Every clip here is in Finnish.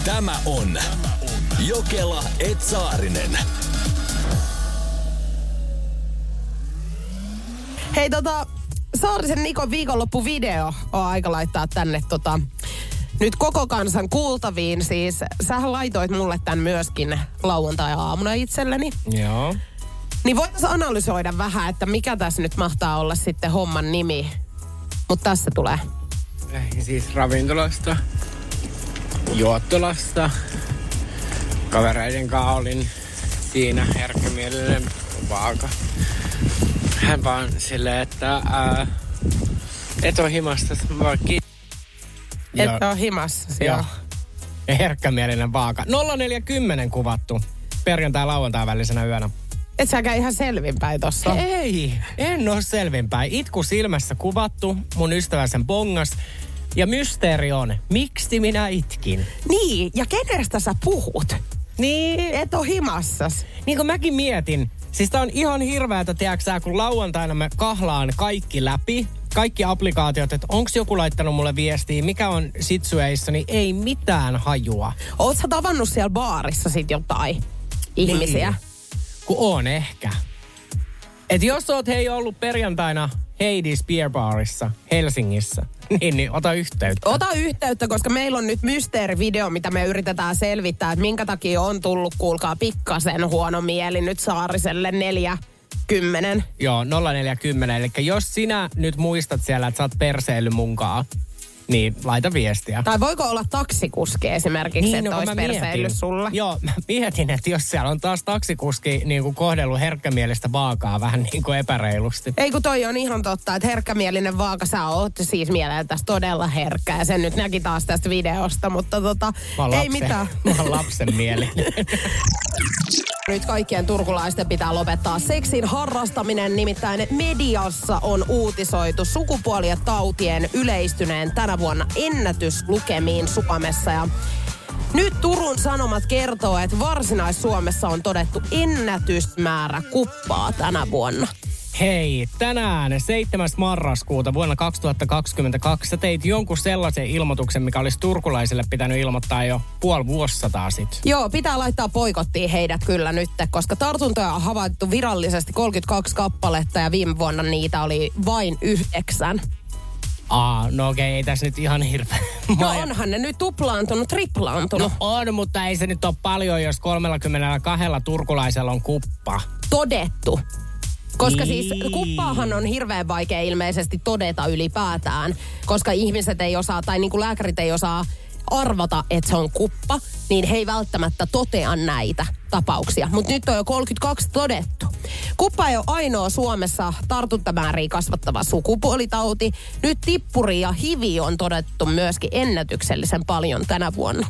Tämä on Jokela & Saarinen. Hei Saarisen Nikon viikonloppuvideo on aika laittaa tänne nyt koko kansan kuultaviin. Siis sähän laitoit mulle tän myöskin lauantai-aamuna itselleni. Joo. Niin voitaisiin analysoida vähän, että mikä tässä nyt mahtaa olla sitten homman nimi. Mutta tässä tulee. Siis ravintolasta, juottolasta. Kavereiden kanssa olin siinä herkkämielinen vaaka. Hän vaan silleen, että et ole himassa, vaan et ole himassa, joo. Ja herkkämielinen vaaka. 0410 kuvattu perjantai-lauantai välisenä yönä. Et säkään ihan selvinpäin tossa. Ei, en ole selvinpäin. Itku silmässä kuvattu, mun ystävä sen bongas. Ja mysteeri on, miksi minä itkin? Niin, ja kenestä sä puhut? Niin. Et ole himassas. Niin kuin mäkin mietin. Siis tää on ihan hirveätä, tiedätkö kun lauantaina mä kahlaan kaikki läpi. Kaikki applikaatiot, että onks joku laittanut mulle viestiä, mikä on situationi, ei mitään hajua. Oot sä tavannut siellä baarissa sit jotain ihmisiä? Niin. Kun on ehkä. Et jos oot ollut perjantaina Heidi's Beer Barissa Helsingissä, niin ota yhteyttä. Ota yhteyttä, koska meillä on nyt mysteerivideo, mitä me yritetään selvittää, että minkä takia on tullut, kuulkaa, pikkasen huono mieli nyt Saariselle 40. Joo, 0410. Eli jos sinä nyt muistat siellä, että sä oot perseillyt munkaan, niin laita viestiä. Tai voiko olla taksikuski esimerkiksi, niin, että olisi perseillyt sulle? Joo, mä mietin, että jos siellä on taas taksikuski niin kuin kohdellut herkkämielistä vaakaa vähän niin kuin epäreilusti. Ei kun toi on ihan totta, että herkkämielinen vaaka, sä oot siis mieleltäsi todella herkkä. Ja sen nyt näki taas tästä videosta, mutta ei mitään. Mä oon lapsen mielinen. Nyt kaikkien turkulaisten pitää lopettaa seksin harrastaminen, nimittäin mediassa on uutisoitu sukupuoli- ja tautien yleistyneen tänä vuonna ennätyslukemiin Suomessa. Ja nyt Turun Sanomat kertoo, että Varsinais-Suomessa on todettu ennätysmäärä kuppaa tänä vuonna. Hei, tänään 7. marraskuuta vuonna 2022 sä teit jonkun sellaisen ilmoituksen, mikä olisi turkulaisille pitänyt ilmoittaa jo puoli vuosisataa sitten. Joo, pitää laittaa boikottiin heidät kyllä nyt, koska tartuntoja on havaittu virallisesti 32 kappaletta ja viime vuonna niitä oli vain 9. No okei, ei tässä nyt ihan hirveä. No onhan ne nyt tuplaantunut, triplaantunut. No on, mutta ei se nyt ole paljon, jos 32 turkulaisella on kuppa. Todettu. Koska niin. Siis kuppaahan on hirveän vaikea ilmeisesti todeta ylipäätään, koska ihmiset ei osaa, tai niin kuin lääkärit ei osaa arvata, että se on kuppa, niin he ei välttämättä totea näitä tapauksia. Mutta nyt on jo 32 todettu. Kuppa ei ole ainoa Suomessa tartuntamääriä kasvattava sukupuolitauti. Nyt tippuri ja hivi on todettu myöskin ennätyksellisen paljon tänä vuonna.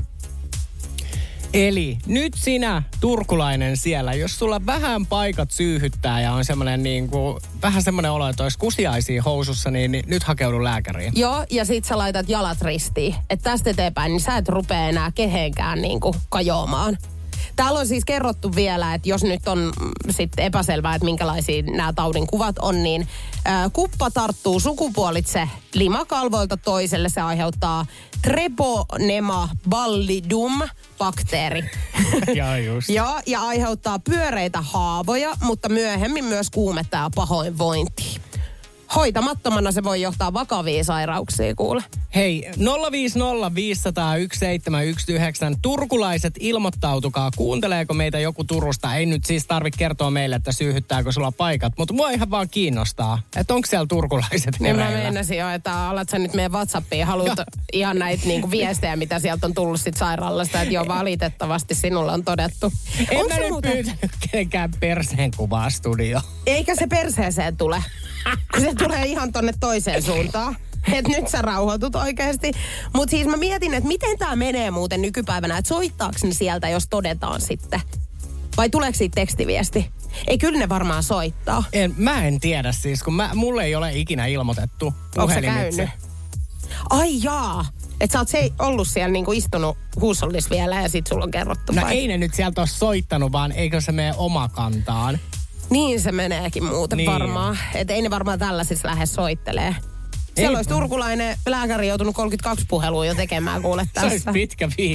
Eli nyt sinä, turkulainen siellä, jos sulla vähän paikat syyhyttää ja on semmoinen niin kuin, vähän semmoinen olo, että olisi kusiaisia housussa, niin nyt hakeudu lääkäriin. Joo, ja sit sä laitat jalat ristiin. Että tästä eteenpäin, niin sä et rupea enää kehenkään niin kuin kajoamaan. Täällä on siis kerrottu vielä, että jos nyt on sitten epäselvää, että minkälaisia nämä taudin kuvat on, niin kuppa tarttuu sukupuolitse limakalvoilta toiselle. Se aiheuttaa Treponema pallidum bakteeri. Ja just. Joo, ja aiheuttaa pyöreitä haavoja, mutta myöhemmin myös kuumetta ja pahoinvointia. Hoitamattomana se voi johtaa vakavia sairauksia, kuule. Hei, 050 500 1719. Turkulaiset, ilmoittautukaa. Kuunteleeko meitä joku Turusta? Ei nyt siis tarvitse kertoa meille, että syyhyttääkö sulla paikat. Mutta mua ihan vaan kiinnostaa, että onko siellä turkulaiset hereillä. Mä meinasin jo, että alat sä nyt meidän WhatsAppiin. Haluat ihan näitä niinku viestejä, mitä sieltä on tullut sit sairaalasta. Että joo, valitettavasti sinulla on todettu. En mä nyt pyytänyt kenenkään perseen kuvaa studioon. Eikä se perseeseen tule. Se tulee ihan tonne toiseen suuntaan. Että nyt sä rauhoitut oikeasti. Mutta siis mä mietin, että miten tää menee muuten nykypäivänä. Että soittaako ne sieltä, jos todetaan sitten? Vai tuleeko siitä tekstiviesti? Ei, kyllä ne varmaan soittaa. Mä en tiedä siis, kun mulle ei ole ikinä ilmoitettu puhelimitse. Onko sä käynyt? Ai jaa. Että sä oot ollut siellä niinku istunut huushollissa vielä ja sit sulla on kerrottu. No ei ne nyt sieltä ole soittanut, vaan eikö se mene omakantaan? Niin se meneekin muuten niin. Varmaan. Että ei ne varmaan tällaisissa lähde soittelee. Siellä olisi turkulainen lääkäri joutunut 32 puhelua jo tekemään, kuule tässä. Se olisi pitkä viikko.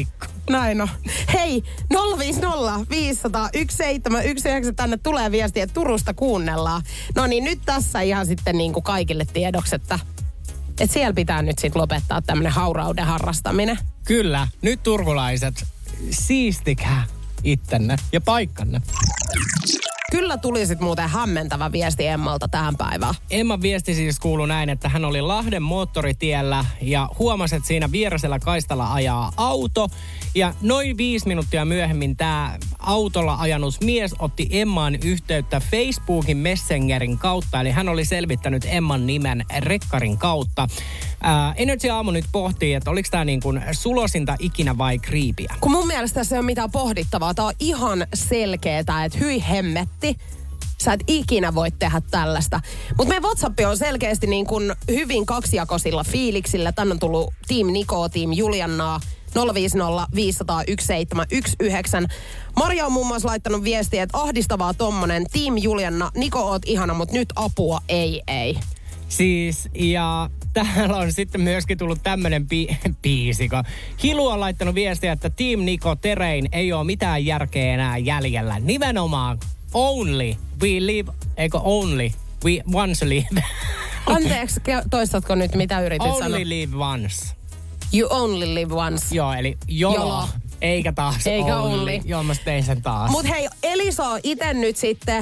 Näin on. Hei, 050 500 1719 tänne tulee viesti, että Turusta kuunnellaan. No niin, nyt tässä ihan sitten niin kuin kaikille tiedoksi, että siellä pitää nyt sitten lopettaa tämmöinen haurauden harrastaminen. Kyllä, nyt turkulaiset, siistikää ittenne ja paikkanne. Kyllä tuli sit muuten hämmentävä viesti Emmalta tähän päivään. Emman viesti siis kuului näin, että hän oli Lahden moottoritiellä ja huomasi, että siinä vierasella kaistalla ajaa auto. Ja noin 5 minuuttia myöhemmin tämä autolla ajanut mies otti Emmaan yhteyttä Facebookin Messengerin kautta. Eli hän oli selvittänyt Emman nimen rekkarin kautta. Energy Aamu nyt pohtii, että oliko tämä niin kuin sulosinta ikinä vai kriipiä? Kun mun mielestä se ei ole mitään pohdittavaa. Tämä on ihan selkeetä, että hyi hemmetti. Sä et ikinä voi tehdä tällaista. Mutta meidän WhatsApp on selkeästi niin kuin hyvin kaksijakoisilla fiiliksillä. Tänne on tullut Team Niko, Team Juliannaa. 050 500 1719. Maria on muun muassa laittanut viestiä, että ahdistavaa tommonen. Team Julianna, Niko oot ihana, mutta nyt apua ei. Siis, ja täällä on sitten myöskin tullut tämmönen biisiko. Hilu on laittanut viestiä, että Team Niko Terein ei ole mitään järkeä enää jäljellä. Nimenomaan only we live, eikö only we once live. Anteeksi, toistatko nyt mitä yritit sanoa? Only live once. You only live once. Joo, eli jolo. Eikä taas eikä only. Joo, mä tein sen taas. Mut hei, Elisa on ite nyt sitten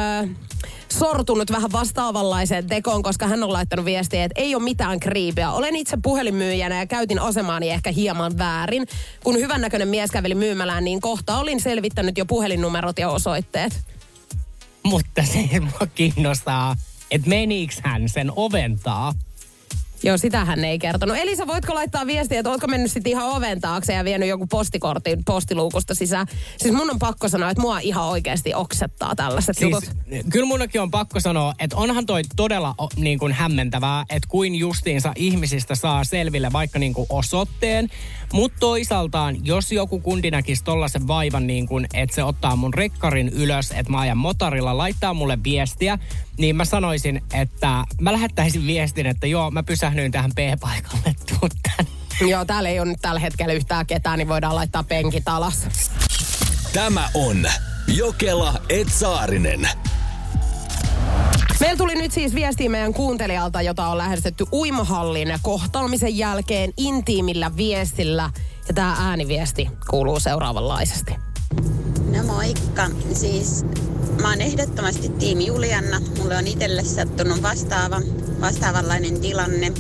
sortunut vähän vastaavanlaiseen tekoon, koska hän on laittanut viestiä, että ei ole mitään kriipiä. Olen itse puhelinmyyjänä ja käytin asemaani ehkä hieman väärin. Kun hyvännäköinen mies käveli myymälään, niin kohta olin selvittänyt jo puhelinnumerot ja osoitteet. Mutta se mua kiinnostaa, että menikö hän sen oventaa? Joo, sitä hän ei kertonut. Elisa, voitko laittaa viestiä, että ootko mennyt sitten ihan oven taakse ja vienyt joku postikortin postiluukusta sisään? Siis mun on pakko sanoa, että mua ihan oikeasti oksettaa tällaiset jutut. Kyllä munkin on pakko sanoa, että onhan toi todella niin kuin hämmentävää, että kuin justiinsa ihmisistä saa selville vaikka niin kuin osoitteen. Mutta toisaaltaan, jos joku kundi näkisi tollaisen vaivan, niin kuin, että se ottaa mun rekkarin ylös, että mä ajan motorilla, laittaa mulle viestiä, niin mä sanoisin, että mä lähettäisin viestin, että joo, mä pysähdyin tähän P-paikalle, tuu tänne. Joo, täällä ei ole nyt tällä hetkellä yhtään ketään, niin voidaan laittaa penkit alas. Tämä on Jokela et Saarinen. Meillä tuli nyt siis viestiä meidän kuuntelijalta, jota on lähetetty uimahallin kohtaamisen jälkeen intiimillä viestillä. Ja tämä ääniviesti kuuluu seuraavanlaisesti. No moikka. Siis mä oon ehdottomasti Team Julianna. Mulle on itselle sattunut vastaavanlainen tilanne.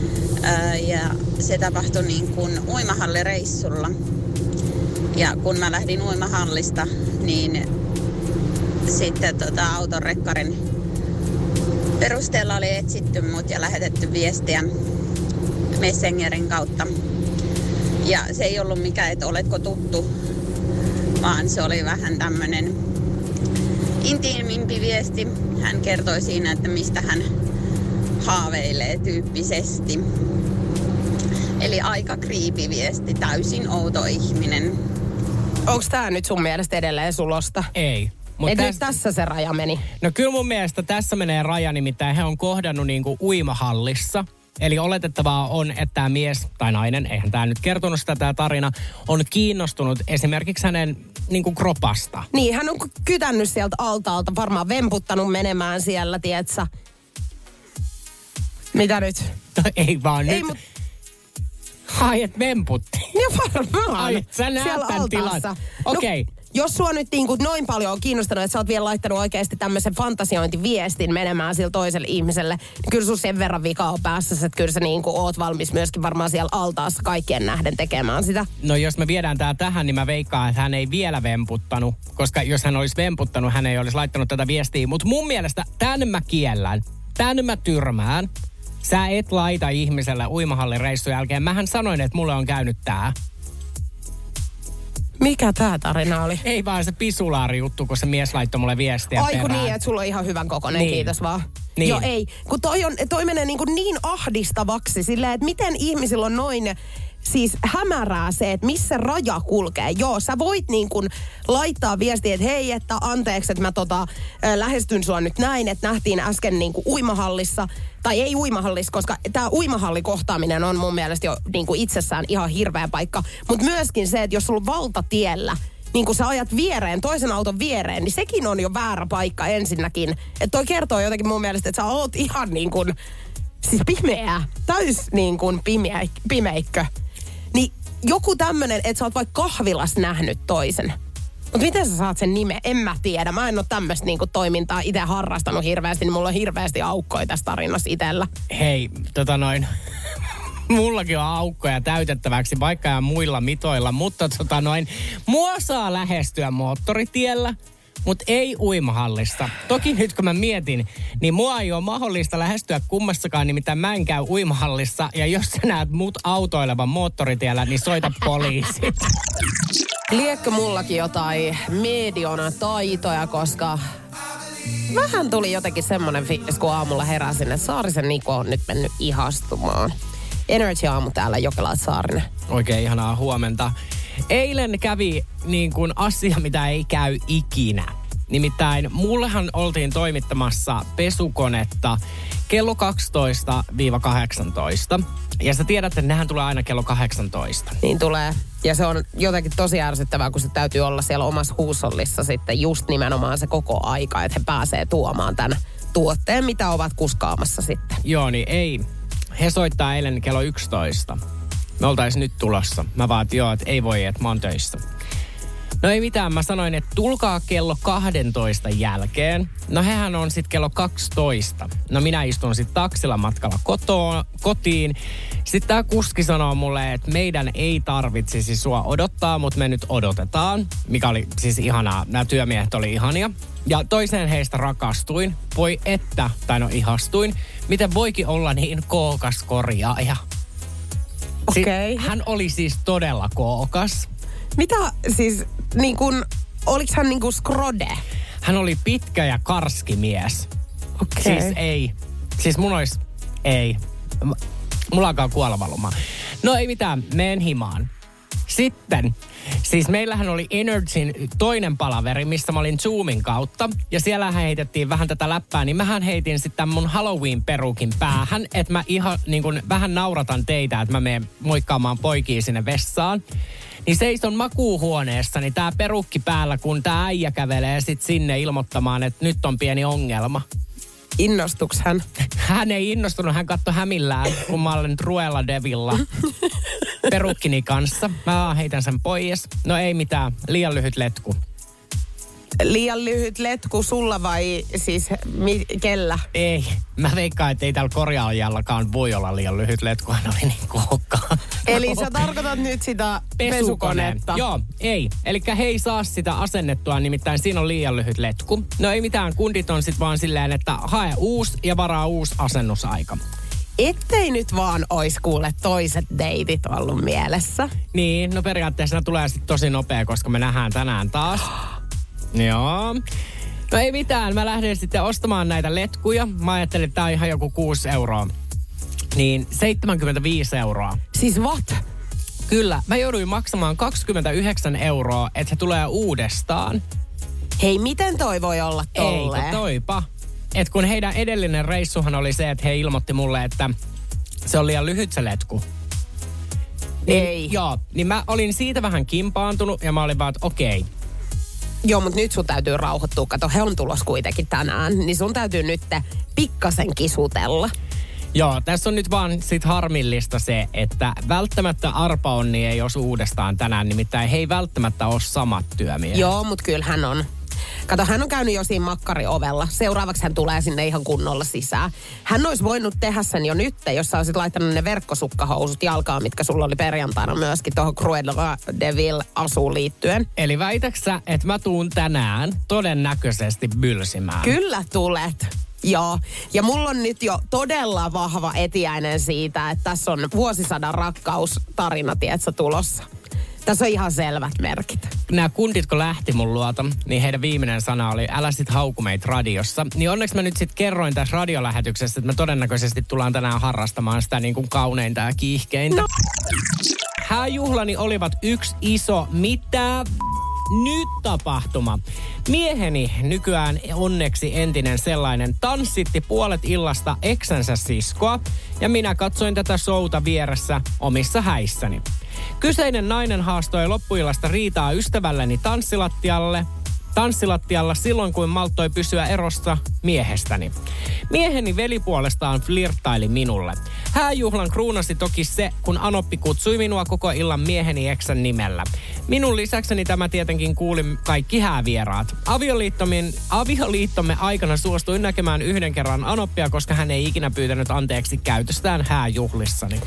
Ja se tapahtui niin kuin uimahallireissulla. Ja kun mä lähdin uimahallista, niin sitten auton rekkarin perusteella oli etsitty mut ja lähetetty viestiä Messengerin kautta. Ja se ei ollut mikään, että oletko tuttu, vaan se oli vähän tämmönen intiimimpi viesti. Hän kertoi siinä, että mistä hän haaveilee tyyppisesti. Eli aika creepy viesti, täysin outo ihminen. Onks tää nyt sun mielestä edelleen sulosta? Ei. Nyt tässä se raja meni. No kyllä mun mielestä tässä menee raja, nimittäin he on kohdannut niinku uimahallissa. Eli oletettavaa on, että tämä mies tai nainen, eihän tämä nyt kertonut sitä tämä tarina, on kiinnostunut esimerkiksi hänen niinku kropasta. Niin, hän on kytännyt sieltä altaalta, varmaan vemputtanut menemään siellä, tietsä. Mitä nyt? Ei vaan ei, nyt. Ai, et vemputti. Ja varmaan. Ai, sä näet tämän tilan. Okei. No, jos sua nyt niin kuin noin paljon on kiinnostanut, että sä oot vielä laittanut oikeasti tämmöisen fantasiointiviestin menemään sille toiselle ihmiselle, niin kyllä sun sen verran vika on päässä, että kyllä sä niin kuin oot valmis myöskin varmaan siellä altaassa kaikkien nähden tekemään sitä. No jos me viedään tää tähän, niin mä veikkaan, että hän ei vielä vemputtanut, koska jos hän olisi vemputtanut, hän ei olisi laittanut tätä viestiä. Mutta mun mielestä tän mä kiellän, tän mä tyrmään. Sä et laita ihmiselle uimahallin jälkeen. Mähän sanoin, että mulle on käynyt tää. Mikä tää tarina oli? Ei vaan se pisulaari-juttu, kun se mies laittoi mulle viestiä perään. Ai kun niin, että sulla on ihan hyvän kokoinen, niin. Kiitos vaan. Niin. Joo ei, kun toi menee niin ahdistavaksi silleen, että miten ihmisillä on noin siis hämärää se, että missä raja kulkee. Joo, sä voit niin kuin laittaa viestiä, että hei, että anteeksi, että mä lähestyn sua nyt näin, että nähtiin äsken niin kuin uimahallissa. Tai ei uimahallissa, koska tämä uimahallikohtaaminen on mun mielestä jo niin kuin itsessään ihan hirveä paikka. Mutta myöskin se, että jos sulla on valtatiellä, niin kun sä ajat viereen, toisen auton viereen, niin sekin on jo väärä paikka ensinnäkin. Että toi kertoo jotenkin mun mielestä, että sä oot ihan niin kuin, siis pimeä, täys niin kuin pimeikkö. Niin joku tämmönen, että sä oot vaikka kahvilas nähnyt toisen. Mutta miten sä saat sen nimen? En mä tiedä. Mä en ole tämmöistä niinku toimintaa itse harrastanut hirveästi, niin mulla on hirveästi aukkoja tässä tarinassa itsellä. Hei, mullakin on aukkoja täytettäväksi, vaikka ja muilla mitoilla, mutta mua saa lähestyä moottoritiellä, mutta ei uimahallista. Toki nyt kun mä mietin, niin mua ei ole mahdollista lähestyä kummassakaan, nimittäin mä en käy uimahallissa, ja jos sä näet mut autoilevan moottoritiellä, niin soita poliisit. Liekö mullakin jotain mediona taitoja, koska vähän tuli jotenkin semmoinen fiilis, kun aamulla heräsin, että Saarisen Niko on nyt mennyt ihastumaan. Energy-aamu täällä, Jokela Saarinen. Oikein ihanaa huomenta. Eilen kävi niin kuin asia, mitä ei käy ikinä. Nimittäin mullehan oltiin toimittamassa pesukonetta kello 12-18. Ja sä tiedät, että nehän tulee aina kello 18. Niin tulee. Ja se on jotenkin tosi ärsyttävää, kun se täytyy olla siellä omassa huusollissa sitten just nimenomaan se koko aika, että he pääsee tuomaan tämän tuotteen, mitä ovat kuskaamassa sitten. Joo, niin ei. He soittaa eilen kello 11. Me oltaisiin nyt tulossa. Mä vaan, että ei voi, että mä oon töissä. No ei mitään, mä sanoin, että tulkaa kello 12 jälkeen. No hehän on sitten kello 12. No minä istun sitten taksilla matkalla kotiin. Sitten tää kuski sanoo mulle, että meidän ei tarvitsisi sua odottaa, mutta me nyt odotetaan. Mikä oli siis ihanaa. Nämä työmiehet oli ihania. Ja toiseen heistä rakastuin. Voi että, tai no ihastuin. Miten voikin olla niin kookas korjaaja? Okei. Hän oli siis todella kookas. Mitä siis, niin kun, oliks hän niin kuin skrode? Hän oli pitkä ja karski mies. Okei. Siis ei. Siis mun olisi, ei. Mulla alkaa kuolevaluma. No ei mitään, menen himaan. Sitten, siis meillähän oli Energyn toinen palaveri, missä mä olin Zoomin kautta. Ja siellä heitettiin vähän tätä läppää, niin mähän heitin sitten mun Halloween-perukin päähän. Että mä ihan niin kuin vähän nauratan teitä, että mä menen moikkaamaan poikia sinne vessaan. Niin seison makuuhuoneessa, niin tää perukki päällä, kun tää äijä kävelee sit sinne ilmoittamaan, että nyt on pieni ongelma. Innostuks hän? Hän ei innostunut, hän katsoi hämillään, kun mä olen Ruella Devilla perukkini kanssa. Mä heitän sen pois. No ei mitään, liian lyhyt letku. Liian lyhyt letku sulla vai siis kellä? Ei, mä veikkaan, että ei täällä korjaajallakaan voi olla liian lyhyt letku, hän oli niin kookkaa. Eli sä tarkoitat nyt sitä pesukonetta? Joo, ei. Eli he ei saa sitä asennettua, nimittäin siinä on liian lyhyt letku. No ei mitään, kundit on sit vaan silleen, että hae uusi ja varaa uusi asennusaika. Ettei nyt vaan ois kuule toiset deitit ollut mielessä. Niin, no periaatteessa ne tulee sitten tosi nopea, koska me nähdään tänään taas. Joo. No ei mitään, mä lähden sitten ostamaan näitä letkuja. Mä ajattelin, että tää on ihan joku 6 euroa. Niin 75 euroa. Siis what? Kyllä, mä jouduin maksamaan 29 euroa, että se tulee uudestaan. Hei, miten toi voi olla tolleen? Eikö toipa? Et kun heidän edellinen reissuhan oli se, että he ilmoitti mulle, että se on liian lyhyt se letku. Niin, ei. Joo, niin mä olin siitä vähän kimpaantunut ja mä olin vaan, että okei. Joo, mutta nyt sun täytyy rauhoittua. Kato, he on tulos kuitenkin tänään. Niin sun täytyy nyt pikkasen kisutella. Joo, tässä on nyt vaan sit harmillista se, että välttämättä arpaonni ei osu uudestaan tänään. Nimittäin he ei välttämättä ole samat työmiehet. Joo, mutta kyllä hän on. Kato, hän on käynyt jo siinä makkariovella. Seuraavaksi hän tulee sinne ihan kunnolla sisään. Hän olisi voinut tehdä sen jo nyt, jos sä olisit laittanut ne verkkosukkahousut jalkaan, mitkä sulla oli perjantaina myöskin tuohon Cruella de Vil asuun liittyen. Eli väitäksä, että mä tuun tänään todennäköisesti bylsimään? Kyllä tulet. Joo, ja mulla on nyt jo todella vahva etiäinen siitä, että tässä on vuosisadan rakkaustarina, tietsä, tulossa. Tässä on ihan selvät merkit. Nämä kundit, kun lähti mun luota, niin heidän viimeinen sana oli, älä sit hauku meitä radiossa. Niin onneksi mä nyt sit kerroin tässä radiolähetyksessä, että me todennäköisesti tullaan tänään harrastamaan sitä niin kuin kauneinta ja kiihkeintä. No. Hääjuhlani olivat yksi iso mitä nyt tapahtuma. Mieheni, nykyään onneksi entinen sellainen, tanssitti puolet illasta eksänsä siskoa ja minä katsoin tätä showta vieressä omissa häissäni. Kyseinen nainen haastoi loppuillasta riitaa ystävälläni tanssilattialla silloin, kun malttoi pysyä erossa miehestäni. Mieheni veli puolestaan flirttaili minulle. Hääjuhlan kruunasi toki se, kun Anoppi kutsui minua koko illan mieheni eksän nimellä. Minun lisäkseni tämä tietenkin kuuli kaikki häävieraat. Avioliittomme aikana suostuin näkemään yhden kerran Anoppia, koska hän ei ikinä pyytänyt anteeksi käytöstään hääjuhlissani.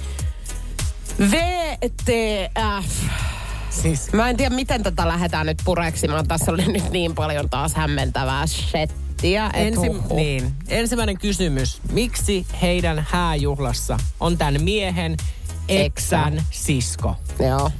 VTF. Siis Mä en tiedä, miten tätä lähdetään nyt pureksimaan. Tässä oli nyt niin paljon taas hämmentävää shittiä. Ensimmäinen kysymys. Miksi heidän hääjuhlassa on tämän miehen eksän sisko? Joo.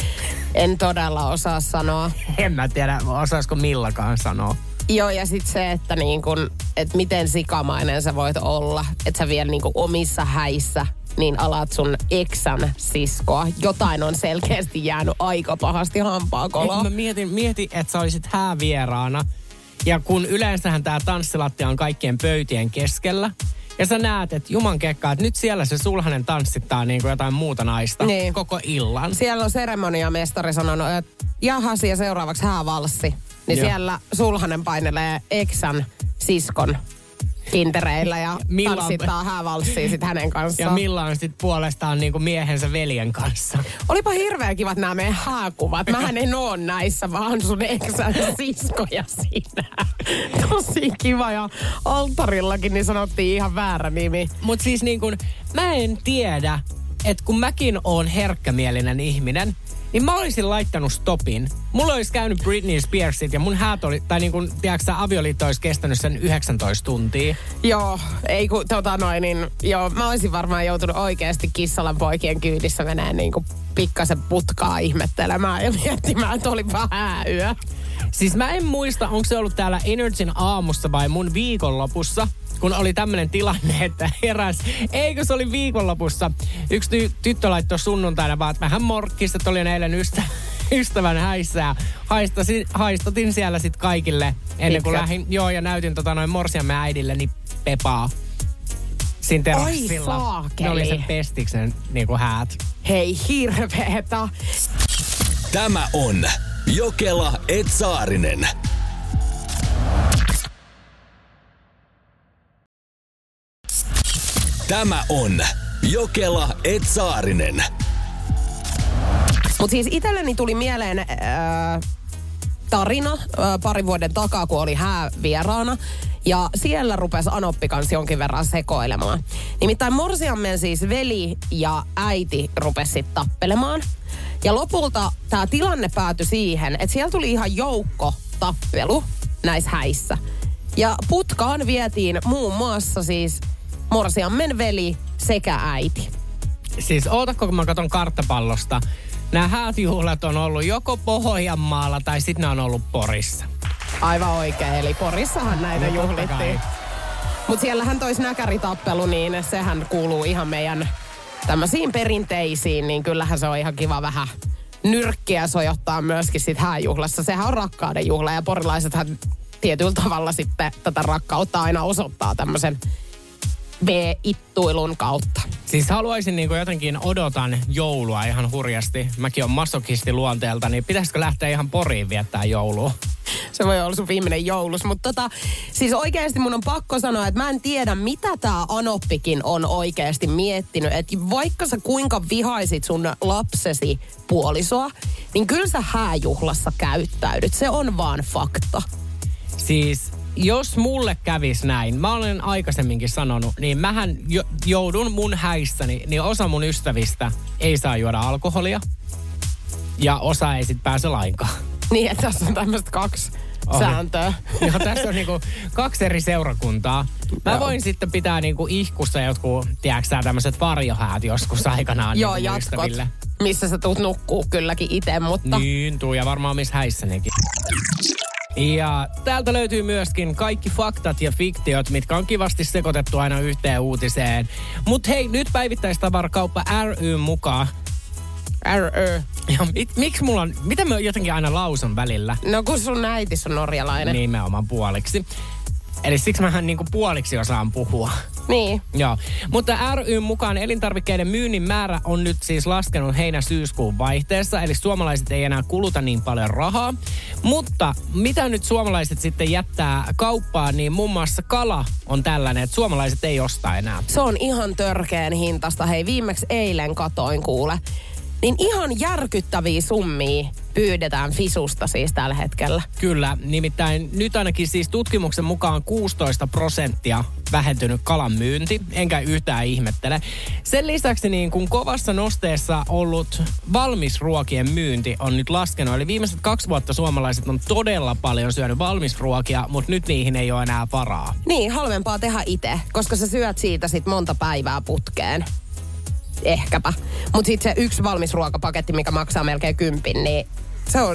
En todella osaa sanoa. En mä tiedä, osaisiko Millakaan sanoa. Joo, ja sitten se, että niin kun, et miten sikamainen sä voit olla. Että sä vielä niin kun omissa häissä niin alat sun eksän siskoa. Jotain on selkeästi jäänyt aika pahasti hampaakolaan. Mä mietin, että sä olisit häävieraana. Ja kun yleensähän tää tanssilattia on kaikkien pöytien keskellä. Ja sä näet, että juman kekkaa, että nyt siellä se sulhanen tanssittaa niin kuin jotain muuta naista koko illan. Siellä on seremoniamestari sanonut, että jahas ja seuraavaksi häävalssi. Niin siellä sulhanen painelee eksän siskon kintereillä ja tanssittaa häävalssia sit hänen kanssaan. Ja Milla on sit puolestaan niinku miehensä veljen kanssa. Olipa hirveän kivat nämä meidän hääkuvat. Mähän en oo näissä, vaan sun eksän siskoja siinä. Tosi kiva, ja altarillakin niin sanottiin ihan väärä nimi. Mut siis niin kun, mä en tiedä, että kun mäkin oon herkkämielinen ihminen, niin mä olisin laittanut stopin. Mulla olisi käynyt Britney Spearsit ja mun häät oli, tai niin kuin, tiedätkö, avioliitto olisi kestänyt sen 19 tuntia. Joo, ei kun mä olisin varmaan joutunut oikeasti Kissalan poikien kyydissä menee niin kuin pikkasen putkaa ihmettelemään ja miettimään, että olipa hääyö. Siis mä en muista, onko se ollut täällä Energyn aamussa vai mun viikonlopussa, kun oli tämmönen tilanne, että heräs. Eikö se oli viikonlopussa? Yksi tyttö laittoi sunnuntaina vaan, että vähän morkkista, että olin eilen ystävän häissä. Ja haistatin siellä sit kaikille ennen kuin lähdin. Joo, ja näytin morsiamme äidilleni Pepaa siinä terassilla. Ai saakeli. Ne oli sen pestiksen niinku häät. Hei, hirveetä. Tämä on Jokela et Saarinen. Tämä on Jokela et Saarinen. Mutta siis itselleni tuli mieleen tarina pari vuoden takaa, kun oli häävieraana. Ja siellä rupesi Anoppi kanssa jonkin verran sekoilemaan. Nimittäin morsiammen siis veli ja äiti rupesi tappelemaan. Ja lopulta tämä tilanne päätyi siihen, että siellä tuli ihan joukko tappelu näissä häissä. Ja putkaan vietiin muun muassa siis morsiammen veli sekä äiti. Siis ootako, kun mä katson karttapallosta, nämä hääjuhlat on ollut joko Pohjanmaalla tai sitten ne on ollut Porissa. Aivan oikein, eli Porissahan näitä juhlittiin. Mutta siellähän toi snäkäritappelu, niin sehän kuuluu ihan meidän tämmöisiin perinteisiin, niin kyllähän se on ihan kiva vähän nyrkkiä sojottaa myöskin sit hääjuhlassa. Sehän on rakkauden juhla ja porilaisethan tietyllä tavalla sitten tätä rakkautta aina osoittaa tämmöisen B-ittuilun kautta. Siis haluaisin niin kuin jotenkin odotan joulua ihan hurjasti. Mäkin on masokisti luonteelta, niin pitäisikö lähteä ihan Poriin viettää joulua? Se voi olla sun viimeinen joulus, mutta siis oikeasti mun on pakko sanoa, että mä en tiedä, mitä tää Anoppikin on oikeasti miettinyt. Että vaikka sä kuinka vihaisit sun lapsesi puolisoa, niin kyllä sä hääjuhlassa käyttäydyt. Se on vaan fakta. Siis jos mulle kävis näin, mä olen aikaisemminkin sanonut, niin mähän joudun mun häissäni, niin osa mun ystävistä ei saa juoda alkoholia ja osa ei sit pääse lainkaan. Niin, että tässä on tämmöistä 2 sääntöä. Joo, tässä on niinku 2 eri seurakuntaa. Mä voin sitten pitää niinku ihkussa jotkut, tiedätkö sä, tämmöiset varjohäät joskus aikanaan. Joo, niinku jatkot, ystäville. missä sä tuut nukkuu kylläkin itse, mutta Niin, tuu ja varmaan missä häissänikin. Ja täältä löytyy myöskin kaikki faktat ja fiktiot, mitkä on kivasti sekoitettu aina yhteen uutiseen. Mut hei, nyt päivittäistavarakauppa ry mukaan Ja miksi mulla on, mitä mä jotenkin aina lausun välillä? No kun sun äitis on norjalainen. Nimenomaan puoliksi. Eli siksi mähän niinku puoliksi osaan puhua. Niin. Joo, mutta ry:n mukaan elintarvikkeiden myynnin määrä on nyt siis laskenut heinä-syyskuun vaihteessa, eli suomalaiset ei enää kuluta niin paljon rahaa. Mutta mitä nyt suomalaiset sitten jättää kauppaan, niin muun muassa kala on tällainen, että suomalaiset ei osta enää. Se on ihan törkeän hintasta. Hei, viimeksi eilen katoin kuule. Niin ihan järkyttäviä summia pyydetään Fisusta siis tällä hetkellä. Kyllä, nimittäin nyt ainakin siis tutkimuksen mukaan 16% vähentynyt kalan myynti, enkä yhtään ihmettele. Sen lisäksi niin kun kovassa nosteessa ollut valmisruokien myynti on nyt laskenut. Eli viimeiset 2 vuotta suomalaiset on todella paljon syönyt valmisruokia, mutta nyt niihin ei ole enää varaa. Niin, halvempaa tehdä itse, koska sä syöt siitä sit monta päivää putkeen. Ehkäpä. Mutta sitten se yksi valmisruokapaketti, mikä maksaa melkein 10, niin se on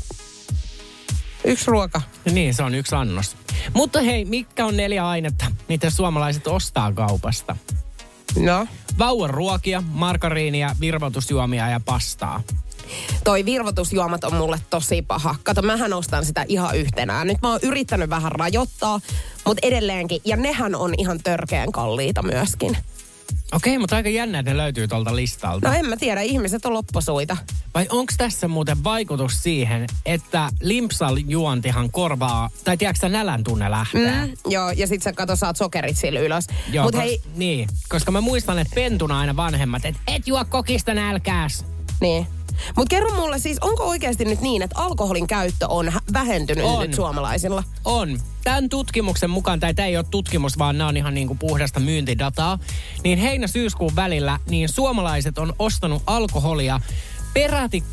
yksi ruoka. Niin, se on yksi annos. Mutta hei, mitkä on 4 ainetta, mitä suomalaiset ostaa kaupasta? No? Vauvanruokia, margariinia, virvoitusjuomia ja pastaa. Toi virvoitusjuomat on mulle tosi paha. Kato, mähän ostan sitä ihan yhtenään. Nyt mä oon yrittänyt vähän rajoittaa, mutta edelleenkin. Ja nehän on ihan törkeän kalliita myöskin. Okei, mutta aika jännä, että ne löytyy tuolta listalta. No en mä tiedä, ihmiset on loppusuita. Vai onko tässä muuten vaikutus siihen, että limpsal-juontihan korvaa, tai tiedätkö sä nälän tunne lähtee? Joo, ja sit sä kato, saat sokerit sillä ylös. Joo, Mut hei... Niin, koska mä muistan, että pentuna aina vanhemmat, että et juo kokista nälkääs. Niin. Mutta kerro mulle siis, onko oikeasti nyt niin, että alkoholin käyttö on vähentynyt nyt suomalaisilla? On. Tämän tutkimuksen mukaan, tai tämä ei ole tutkimus, vaan nämä on ihan niin kuin puhdasta myyntidataa, niin heinä-syyskuun välillä niin suomalaiset on ostanut alkoholia peräti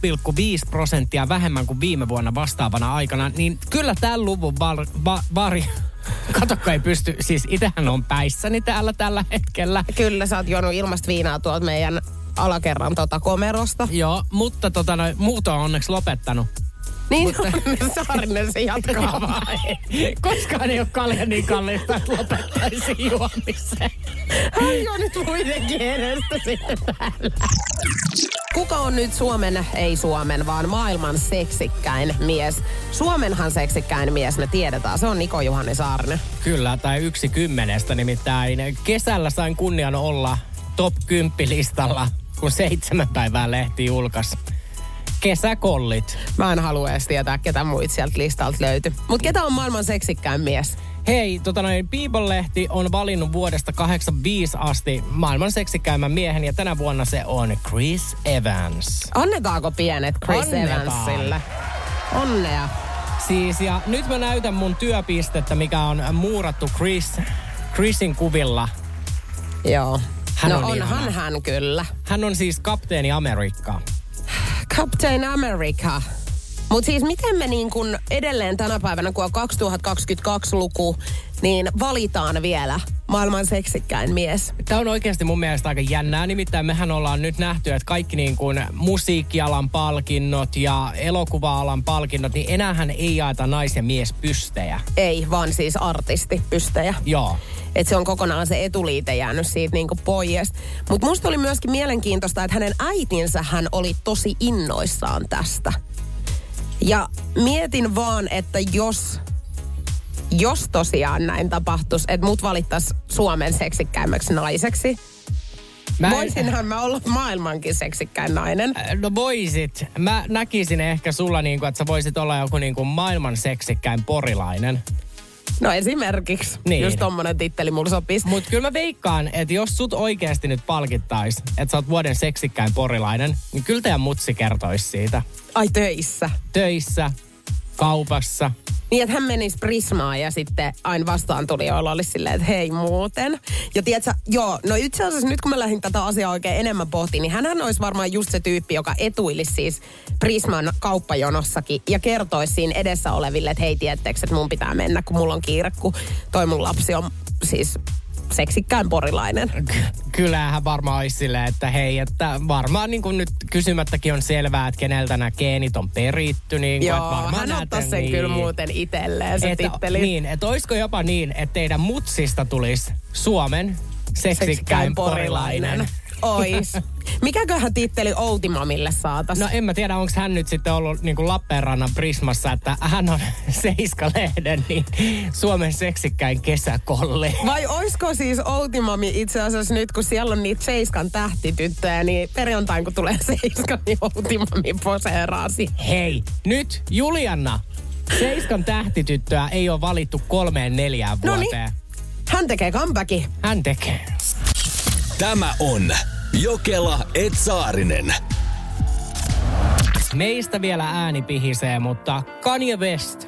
6,5% vähemmän kuin viime vuonna vastaavana aikana. Niin kyllä tämän luvun Katokko ei pysty, siis itähän on päissäni täällä tällä hetkellä. Kyllä, sä oot juonut ilmasta viinaa tuolta meidän alakerran komerosta. Joo, mutta muuta on onneksi lopettanut. Niin, Saarinen se jatkaa vaan. Koskaan ei ole kalja niin kallista, että lopettaisi juomisen. Hän on nyt muidenkin edestä sitten täällä. Kuka on nyt ei Suomen, vaan maailman seksikkäin mies? Suomenhan seksikkäin mies, me tiedetään. Se on Niko-Juhani Saarinen. Kyllä, tai 1 10, nimittäin kesällä sain kunnian olla top 10 listalla, kun 7 päivää lehti julkaisi. Kesäkollit. Mä en halua edes tietää, ketä muita sieltä listalta löytyy. Mut ketä on maailman seksikkäin mies? Hei, People-lehti on valinnut vuodesta 85 asti maailman seksikkäimmän miehen, ja tänä vuonna se on Chris Evans. Annetaanko pienet Chris Evansille? Onnea. Siis, ja nyt mä näytän mun työpistettä, mikä on muurattu Chrisin kuvilla. Joo. Onhan ihana. Hän kyllä. Hän on siis kapteeni Amerikka. Captain America. Mutta siis miten me niin kun edelleen tänä päivänä, kun on 2022-luku, niin valitaan vielä maailman seksikkäin mies? Tämä on oikeasti mun mielestä aika jännää. Nimittäin mehän ollaan nyt nähty, että kaikki niin kuin musiikkialan palkinnot ja elokuva-alan palkinnot, niin enäähän ei jaeta nais- ja miespystejä. Ei, vaan siis artistipystejä. Joo. Että se on kokonaan se etuliite jäänyt siitä niinku pois. Mutta musta oli myöskin mielenkiintoista, että hänen äitinsä hän oli tosi innoissaan tästä. Ja mietin vaan, että jos tosiaan näin tapahtuisi, että mut valittaisi Suomen seksikkäimmäksi naiseksi, voisinhan mä olla maailmankin seksikkäin nainen. No voisit. Mä näkisin ehkä sulla niinku, että sä voisit olla joku niinku maailman seksikkäin porilainen. No esimerkiksi. Niin. Just tommonen titteli mulla sopisi. Mut kyllä mä veikkaan, että jos sut oikeasti nyt palkittais, että sä oot vuoden seksikkäin porilainen, niin kyllä teidän mutsi kertoisi siitä. Ai töissä? Töissä, kaupassa. Niin, että hän menisi Prismaan ja sitten aina vastaan tulijoilla olisi silleen, että hei muuten. Ja tiedätkö, no itse asiassa nyt kun mä lähdin tätä asiaa oikein enemmän pohtiin, niin hänhän olisi varmaan just se tyyppi, joka etuilisi siis Prisman kauppajonossakin ja kertoisi siinä edessä oleville, että hei tiedättekö, että mun pitää mennä, kun mulla on kiire, kun toi mun lapsi on siis seksikkään porilainen. Kyllähän varmaan olisi silleen, että hei, että varmaan niin kuin nyt kysymättäkin on selvää, että keneltä nämä geenit on peritty. Niin joo, hän ottaisi sen kyllä muuten itselleen se titteli. Niin, että olisiko jopa niin, että teidän mutsista tulisi Suomen seksikkäin porilainen. ois. Mikäköhän titteli Outimamille saatas? No en mä tiedä, onko hän nyt sitten ollut niin kuin Lappeenrannan Prismassa, että hän on Seiska-lehden niin Suomen seksikkäin kesäkolli. Vai oisko siis Outimami itse asiassa nyt, kun siellä on niitä Seiskan tähtityttöjä, niin perjantain kun tulee Seiska, niin Outimami poseeraasi. Hei, nyt Julianna, Seiskan tähtityttöä ei ole valittu 3-4 vuoteen. Noniin, hän tekee comebackin. Hän tekee. Tämä on Jokela et Saarinen. Meistä vielä ääni pihisee, mutta Kanye West.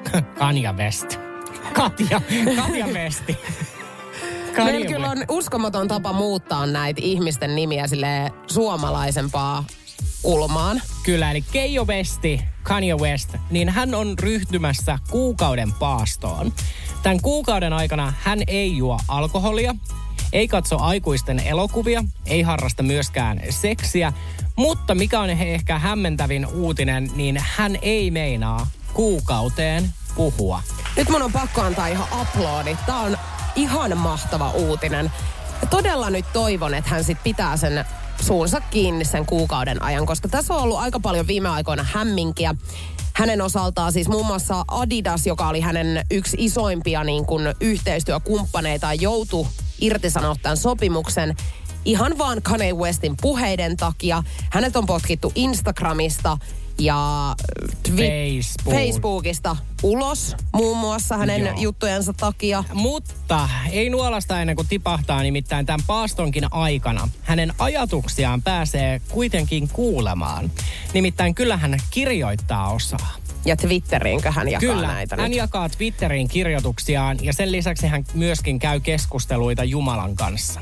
Katja Westi. Meillä kyllä on uskomaton tapa muuttaa näitä ihmisten nimiä silleen suomalaisempaa kulmaan. Kyllä, eli Keijo Westi, Kanye West, niin hän on ryhtymässä kuukauden paastoon. Tämän kuukauden aikana hän ei juo alkoholia, ei katso aikuisten elokuvia, ei harrasta myöskään seksiä, mutta mikä on ehkä hämmentävin uutinen, niin hän ei meinaa kuukauteen puhua. Nyt mun on pakko antaa ihan aplodit. Tää on ihan mahtava uutinen. Ja todella nyt toivon, että hän sit pitää sen suunsa kiinni sen kuukauden ajan, koska tässä on ollut aika paljon viime aikoina hämminkiä. Hänen osaltaan siis muun muassa Adidas, joka oli hänen yksi isoimpia niin kuin yhteistyökumppaneita, joutui irtisanoa tämän sopimuksen ihan vaan Kanye Westin puheiden takia. Hänet on potkittu Instagramista ja Facebookista ulos muun muassa hänen juttujensa takia. Mutta ei nuolasta ennen kuin tipahtaa, nimittäin tämän paastonkin aikana hänen ajatuksiaan pääsee kuitenkin kuulemaan. Nimittäin kyllä hän kirjoittaa osaa. Ja Twitteriinkö hän jakaa kyllä, näitä hän nyt? jakaa Twitteriin kirjoituksiaan ja sen lisäksi hän myöskin käy keskusteluita Jumalan kanssa.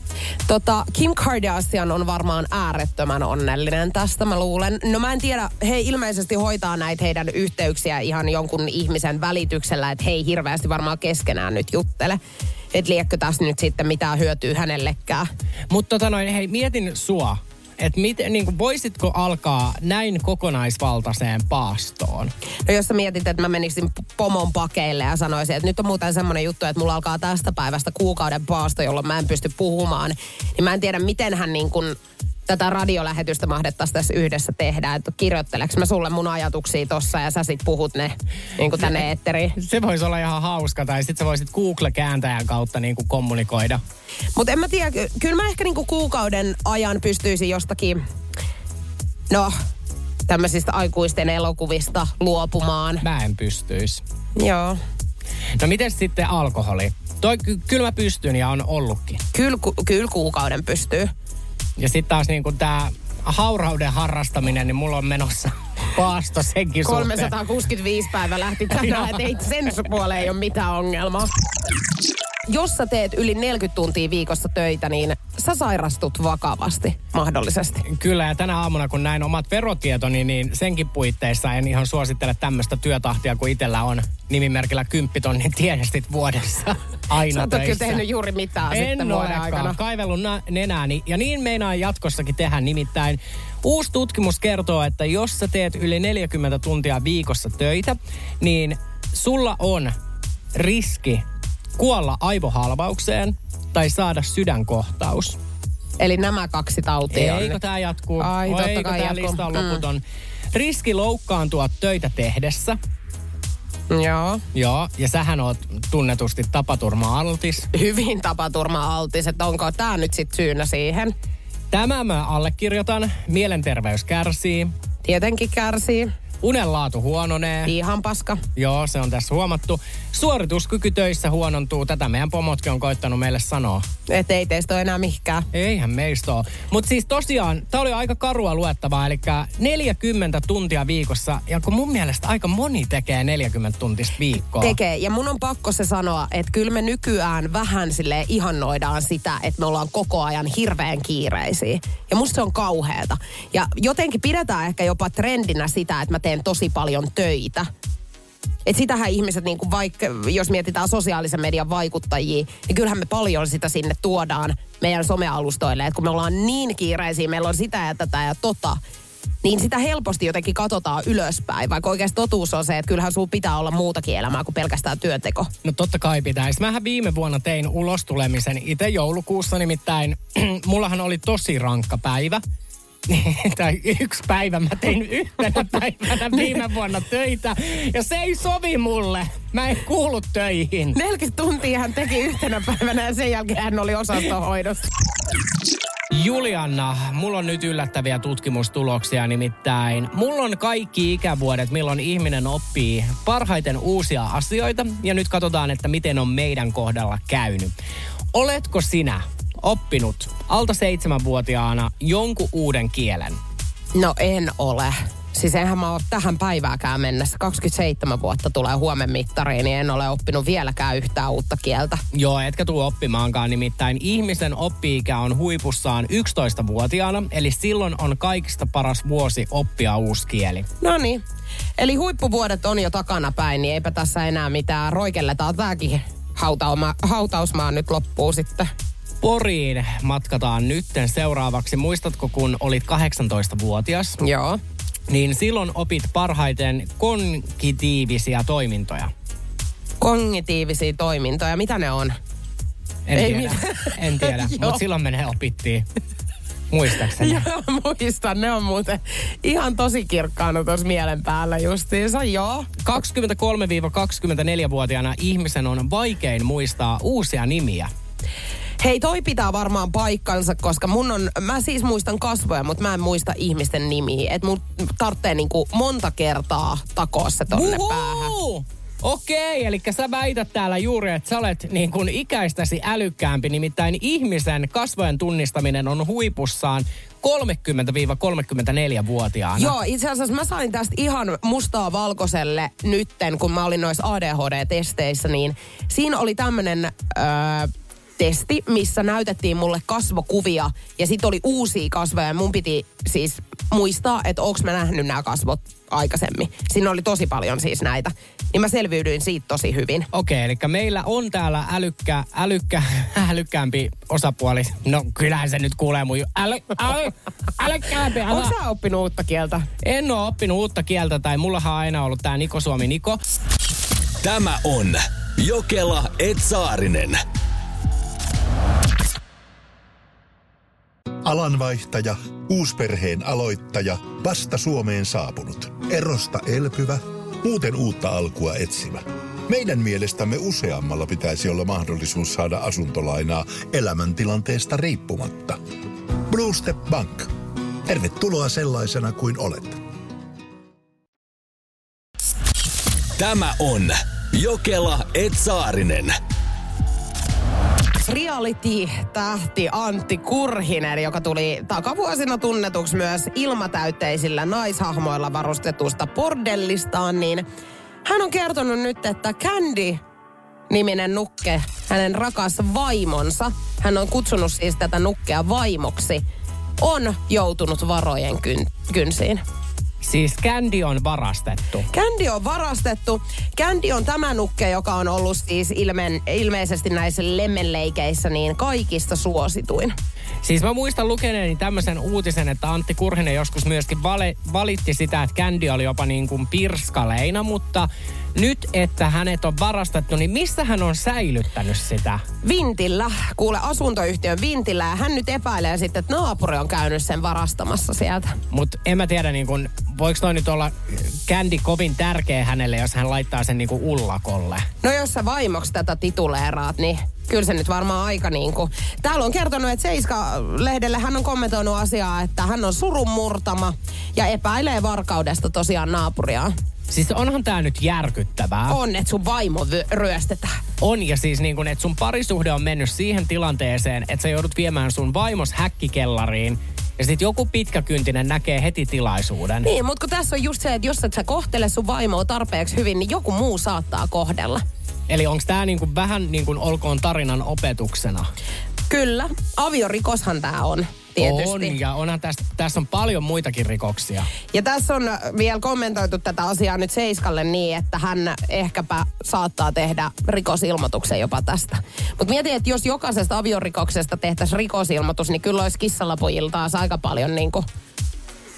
Kim Kardashian on varmaan äärettömän onnellinen tästä, mä luulen. No mä en tiedä, he ilmeisesti hoitaa näitä heidän yhteyksiä ihan jonkun ihmisen välityksellä, että he ei hirveästi varmaan keskenään nyt juttele. Et liekö tässä nyt sitten mitään hyötyä hänellekään. Mutta hei, mietin sua, että niin voisitko alkaa näin kokonaisvaltaiseen paastoon? No jos sä mietit, että mä menisin pomon pakeille ja sanoisin, että nyt on muuten semmoinen juttu, että mulla alkaa tästä päivästä kuukauden paasto, jolloin mä en pysty puhumaan, niin mä en tiedä, miten hän niin kuin tätä radiolähetystä mahdettaisiin tässä yhdessä tehdä. Että kirjoitteleeko mä sulle mun ajatuksia tossa ja sä sit puhut ne niin kuin tänne eetteriin. Se voisi olla ihan hauska, tai sit sä voisit Google-kääntäjän kautta niin kuin kommunikoida. Mutta en mä tiedä, kyllä mä ehkä niin kuin kuukauden ajan pystyisin jostakin, tämmöisistä aikuisten elokuvista luopumaan. Mä en pystyisi. Joo. No miten sitten alkoholi? Kyllä mä pystyn ja on ollutkin. Kyllä kuukauden pystyy. Ja sitten taas niin kuin tää haurauden harrastaminen, niin mulla on menossa paasto senkin 365 päivä lähti tänään, että ei sen puoleen ei ole mitään ongelmaa. Jos sä teet yli 40 tuntia viikossa töitä, niin sä sairastut vakavasti mahdollisesti. Kyllä, ja tänä aamuna kun näin omat verotietoni, niin senkin puitteissa en ihan suosittele tämmöistä työtahtia, kun itsellä on nimimerkillä 10 000 tienestit vuodessa aina sä oot töissä. kyllä tehnyt juuri mitään sitten vuoden aikana. Kaivellut nenääni, ja niin meinaan jatkossakin tehdä. Nimittäin uusi tutkimus kertoo, että jos sä teet yli 40 tuntia viikossa töitä, niin sulla on riski kuolla aivohalvaukseen tai saada sydänkohtaus. Eli nämä 2 tautia on. Eikö tää jatkuu? Ai, totta Eikö kai tää jatkuu. lista on loputon? Riski loukkaantua töitä tehdessä. Joo. Joo, ja sähän oot tunnetusti tapaturma-altis. Hyvin tapaturma-altis, että onko tää nyt sit syynä siihen? Tämä mä allekirjoitan. Mielenterveys kärsii. Tietenkin kärsii. Unenlaatu huononee. Ihan paska. Joo, se on tässä huomattu. Suorituskyky töissä huonontuu. Tätä meidän pomotkin on koittanut meille sanoa. Et ei teistä ole enää mihkään. Eihän meistä ole. Mutta siis tosiaan, tää oli aika karua luettavaa. Eli 40 tuntia viikossa. Ja kun mun mielestä aika moni tekee 40 tuntista viikkoa. Tekee. Ja mun on pakko se sanoa, että kyllä me nykyään vähän silleen ihannoidaan sitä, että me ollaan koko ajan hirveän kiireisiä. Ja musta se on kauheata. Ja jotenkin pidetään ehkä jopa trendinä sitä, että mä teen tosi paljon töitä. Että sitähän ihmiset, niin kuin vaikka jos mietitään sosiaalisen median vaikuttajia, niin kyllähän me paljon sitä sinne tuodaan meidän somealustoille. Että kun me ollaan niin kiireisiä, meillä on sitä ja tätä ja tota, niin sitä helposti jotenkin katsotaan ylöspäin, vaikka oikeasti totuus on se, että kyllähän sun pitää olla muutakin elämää kuin pelkästään työnteko. No totta kai pitäisi. Mähän viime vuonna tein ulostulemisen itse joulukuussa, nimittäin mullahan oli tosi rankka päivä. Tai yksi päivä mä tein yhtenä päivänä viime vuonna töitä ja se ei sovi mulle. Mä en kuulu töihin. 40 tuntia hän teki yhtenä päivänä ja sen jälkeen hän oli osastohoidossa. Julianna, mulla on nyt yllättäviä tutkimustuloksia, nimittäin mulla on kaikki ikävuodet, milloin ihminen oppii parhaiten uusia asioita ja nyt katsotaan, että miten on meidän kohdalla käynyt. Oletko sinä oppinut alta 7-vuotiaana jonkun uuden kielen? No en ole. Siis enhän mä ole tähän päivääkään mennessä. 27 vuotta tulee huomen mittariin, niin en ole oppinut vieläkään yhtään uutta kieltä. Joo, etkä tule oppimaankaan. Nimittäin ihmisen oppi-ikä on huipussaan 11-vuotiaana, eli silloin on kaikista paras vuosi oppia uusi kieli. No niin. Eli huippuvuodet on jo takanapäin, niin eipä tässä enää mitään. Roikelletaan tääkin hautausmaa nyt loppuu sitten. Poriin matkataan nytten seuraavaksi. Muistatko, kun olit 18-vuotias? Joo. Niin silloin opit parhaiten kognitiivisia toimintoja. Kognitiivisia toimintoja, mitä ne on? En tiedä, mutta silloin me ne opittiin. Muistaakseni? Joo, muistan. Ne on muuten ihan tosi kirkkaana tuossa mielen päällä justiinsa, joo. 23-24-vuotiaana ihmisen on vaikein muistaa uusia nimiä. Hei, toi pitää varmaan paikkansa, koska mä siis muistan kasvoja, mutta mä en muista ihmisten nimiä. Että mun tarvitsee niinku monta kertaa takoa se tonne päähän. Okei, eli sä väität täällä juuri, että sä olet niin kuin ikäistäsi älykkäämpi, nimittäin ihmisen kasvojen tunnistaminen on huipussaan 30-34-vuotiaana. Joo, itse asiassa mä sain tästä ihan mustaa valkoiselle nytten, kun mä olin noissa ADHD-testeissä, niin siinä oli tämmönen testi, missä näytettiin mulle kasvokuvia ja sit oli uusia kasvoja ja mun piti siis muistaa, että onks mä nähnyt nämä kasvot aikaisemmin. Siinä oli tosi paljon siis näitä. Niin mä selviydyin siitä tosi hyvin. Okei, eli meillä on täällä älykkäämpi osapuoli. No kyllähän se nyt kuulee mun älykkäämpi. Ootko sä oppinut uutta kieltä? En oo oppinut uutta kieltä tai mullahan on aina ollut tää Niko Suomi Niko. Tämä on Jokela et Saarinen. Alanvaihtaja, uusperheen aloittaja, vasta Suomeen saapunut, erosta elpyvä, muuten uutta alkua etsimä. Meidän mielestämme useammalla pitäisi olla mahdollisuus saada asuntolainaa elämäntilanteesta riippumatta. Blue Step Bank. Tervetuloa sellaisena kuin olet. Tämä on Jokela et Saarinen. Reality-tähti Antti Kurhinen, joka tuli takavuosina tunnetuksi myös ilmatäytteisillä naishahmoilla varustetusta bordellistaan, niin hän on kertonut nyt, että Candy-niminen nukke, hänen rakas vaimonsa, hän on kutsunut siis tätä nukkea vaimoksi, on joutunut varojen kynsiin. Siis Candy on varastettu. Candy on varastettu. Candy on tämä nukke, joka on ollut siis ilmeisesti näissä lemmenleikeissä niin kaikista suosituin. Siis mä muistan lukeneeni tämmöisen uutisen, että Antti Kurhinen joskus myöskin valitti sitä, että Candy oli jopa niin kuin pirskaleina, mutta nyt, että hänet on varastettu, niin missä hän on säilyttänyt sitä? Vintillä, kuule asuntoyhtiön Vintillä, ja hän nyt epäilee sitten, että naapuri on käynyt sen varastamassa sieltä. Mutta en mä tiedä, niin kun, voiko toi nyt olla Candy kovin tärkeä hänelle, jos hän laittaa sen niin kuin ullakolle? No jos sä vaimoksi tätä tituleeraat, niin kyllä se nyt varmaan aika niin kuin. Täällä on kertonut, että Seiska-lehdelle hän on kommentoinut asiaa, että hän on surunmurtama ja epäilee varkaudesta tosiaan naapuriaan. Siis onhan tää nyt järkyttävää. On, että sun vaimo ryöstetään. On, ja siis niin kun, että sun parisuhde on mennyt siihen tilanteeseen, että sä joudut viemään sun vaimos häkkikellariin, ja sit joku pitkäkyntinen näkee heti tilaisuuden. Niin, mutta kun tässä on just se, että jos et sä kohtele sun vaimoa tarpeeksi hyvin, niin joku muu saattaa kohdella. Eli onko tää niin kuin vähän niin kuin olkoon tarinan opetuksena? Kyllä, aviorikoshan tää on. Tietysti. On, ja onhan tässä on paljon muitakin rikoksia. Ja tässä on vielä kommentoitu tätä asiaa nyt Seiskalle niin, että hän ehkäpä saattaa tehdä rikosilmoituksen jopa tästä. Mutta mietin, että jos jokaisesta aviorikoksesta tehtäisiin rikosilmoitus, niin kyllä olisi kissalapojilla taas aika paljon niin kuin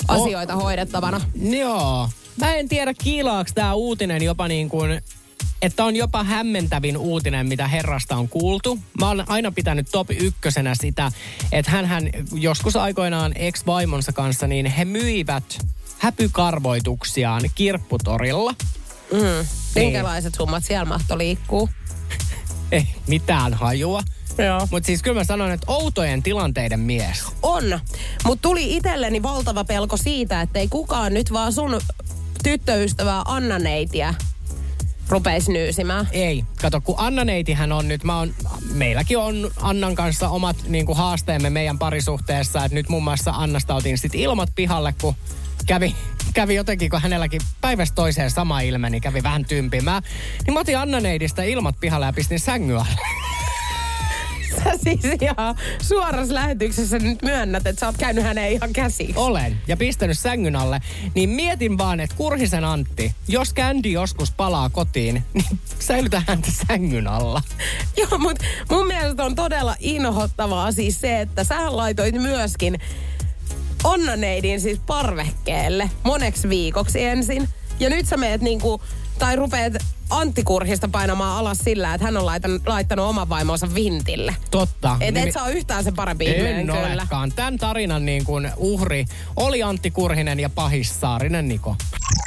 asioita hoidettavana. Joo. Mä en tiedä, kiilaaks tää uutinen jopa niin kuin, että on jopa hämmentävin uutinen, mitä herrasta on kuultu. Mä oon aina pitänyt top ykkösenä sitä, että hänhän joskus aikoinaan ex-vaimonsa kanssa, niin he myivät häpykarvoituksiaan kirpputorilla. Minkälaiset summat siellä mahto liikkuu? Ei mitään hajua. Joo. Mutta siis kyllä mä sanon, että outojen tilanteiden mies. On. Mutta tuli itselleni valtava pelko siitä, että ei kukaan nyt vaan sun tyttöystävää Anna-neitiä rupeisi nyysimään. Ei. Kato, kun Anna-neitihän on nyt, meilläkin on Annan kanssa omat niin kuin haasteemme meidän parisuhteessa, että nyt muun muassa Annasta otin sit ilmat pihalle, kun kävi jotenkin, kun hänelläkin päivästä toiseen sama ilme, niin kävi vähän tympimään. Niin mä otin Anna-neidistä ilmat pihalle ja pistin sängyn alle. Sä siis ihan suorassa lähetyksessä nyt myönnät, että sä oot käynyt hänen ihan käsiksi. Olen. Ja pistänyt sängyn alle. Niin mietin vaan, että Kurhisen Antti, jos Candy joskus palaa kotiin, niin säilytä häntä sängyn alla. Joo, mutta mun mielestä on todella inhottavaa siis se, että sä laitoit myöskin Anna-neidin siis parvekkeelle moneksi viikoksi ensin. Ja nyt sä meet niinku, tai rupeat Antti Kurhista painamaan alas sillä, että hän on laittanut oman vaimonsa vintille. Totta. Et sä ole yhtään sen parempi ihminen kyllä. En olekaan. Tämän tarinan niin kuin uhri oli Antti Kurhinen ja pahis Saarinen Niko.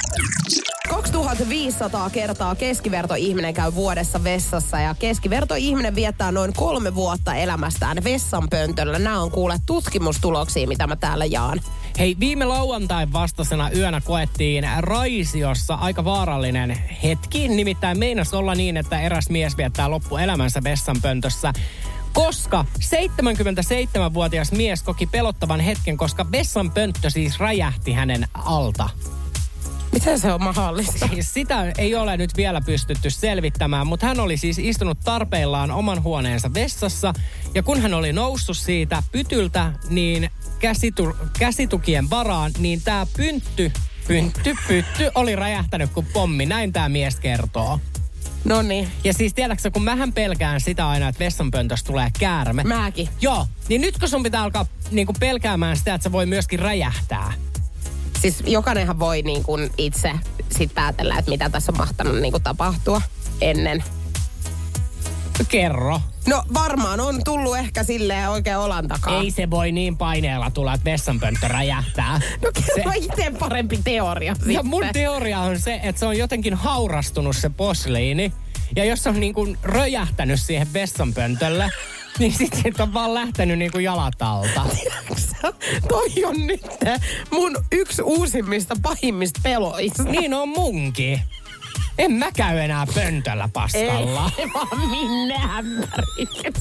2500 kertaa keskivertoihminen käy vuodessa vessassa ja keskivertoihminen viettää noin 3 vuotta elämästään vessanpöntöllä. Nämä on kuule tutkimustuloksia, mitä mä täällä jaan. Hei, viime lauantain vastaisena yönä koettiin Raisiossa aika vaarallinen hetki. Nimittäin meinasi olla niin, että eräs mies viettää loppuelämänsä vessanpöntössä. Koska 77-vuotias mies koki pelottavan hetken, koska vessanpönttö siis räjähti hänen alta. Miten se on mahdollista? Siis sitä ei ole nyt vielä pystytty selvittämään, mutta hän oli siis istunut tarpeillaan oman huoneensa vessassa. Ja kun hän oli noussut siitä pytyltä, niin käsitukien varaan, niin tämä pytty oli räjähtänyt kuin pommi. Näin tämä mies kertoo. Noniin. Ja siis tiedätkö, kun mähän pelkään sitä aina, että vessanpöntöstä tulee käärme. Mäkin. Joo, niin nytkö sun pitää alkaa niinku pelkäämään sitä, että se voi myöskin räjähtää? Siis jokainenhan voi niin kuin itse sit päätellä, että mitä tässä on mahtanut niin kuin tapahtua ennen. Kerro. No varmaan on tullut ehkä silleen oikein olan takaa. Ei se voi niin paineella tulla, että vessanpönttö räjähtää. No kerro itse parempi teoria sitten. Ja mun teoria on se, että se on jotenkin haurastunut se posliini. Ja jos on niin kuin röjähtänyt siihen vessanpöntölle, niin sitten on vaan lähtenyt niinku jalat alta. Toi on nyt mun yksi uusimmista pahimmista peloista. Niin on munkin. En mä käy enää pöntöllä paskalla. Ei vaan minne ämpäriin.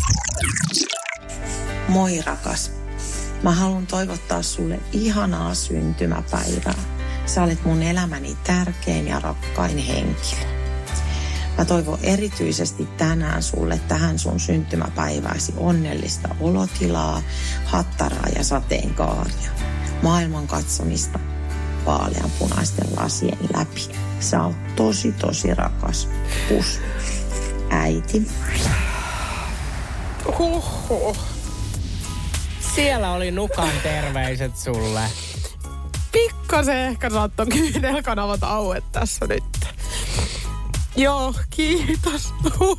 Moi rakas. Mä haluan toivottaa sulle ihanaa syntymäpäivää. Sä olet mun elämäni tärkein ja rakkain henkilö. Mä toivon erityisesti tänään sulle tähän sun syntymäpäivääsi onnellista olotilaa, hattaraa ja sateenkaaria. Maailman katsomista vaaleanpunaisten lasien läpi. Sä oot tosi, tosi rakas. Pus. Äiti. Huhhuh. Siellä oli Nukan terveiset sulle. Pikkasen ehkä saattoi kyynelkanavat auet tässä nyt. Joo, kiitos.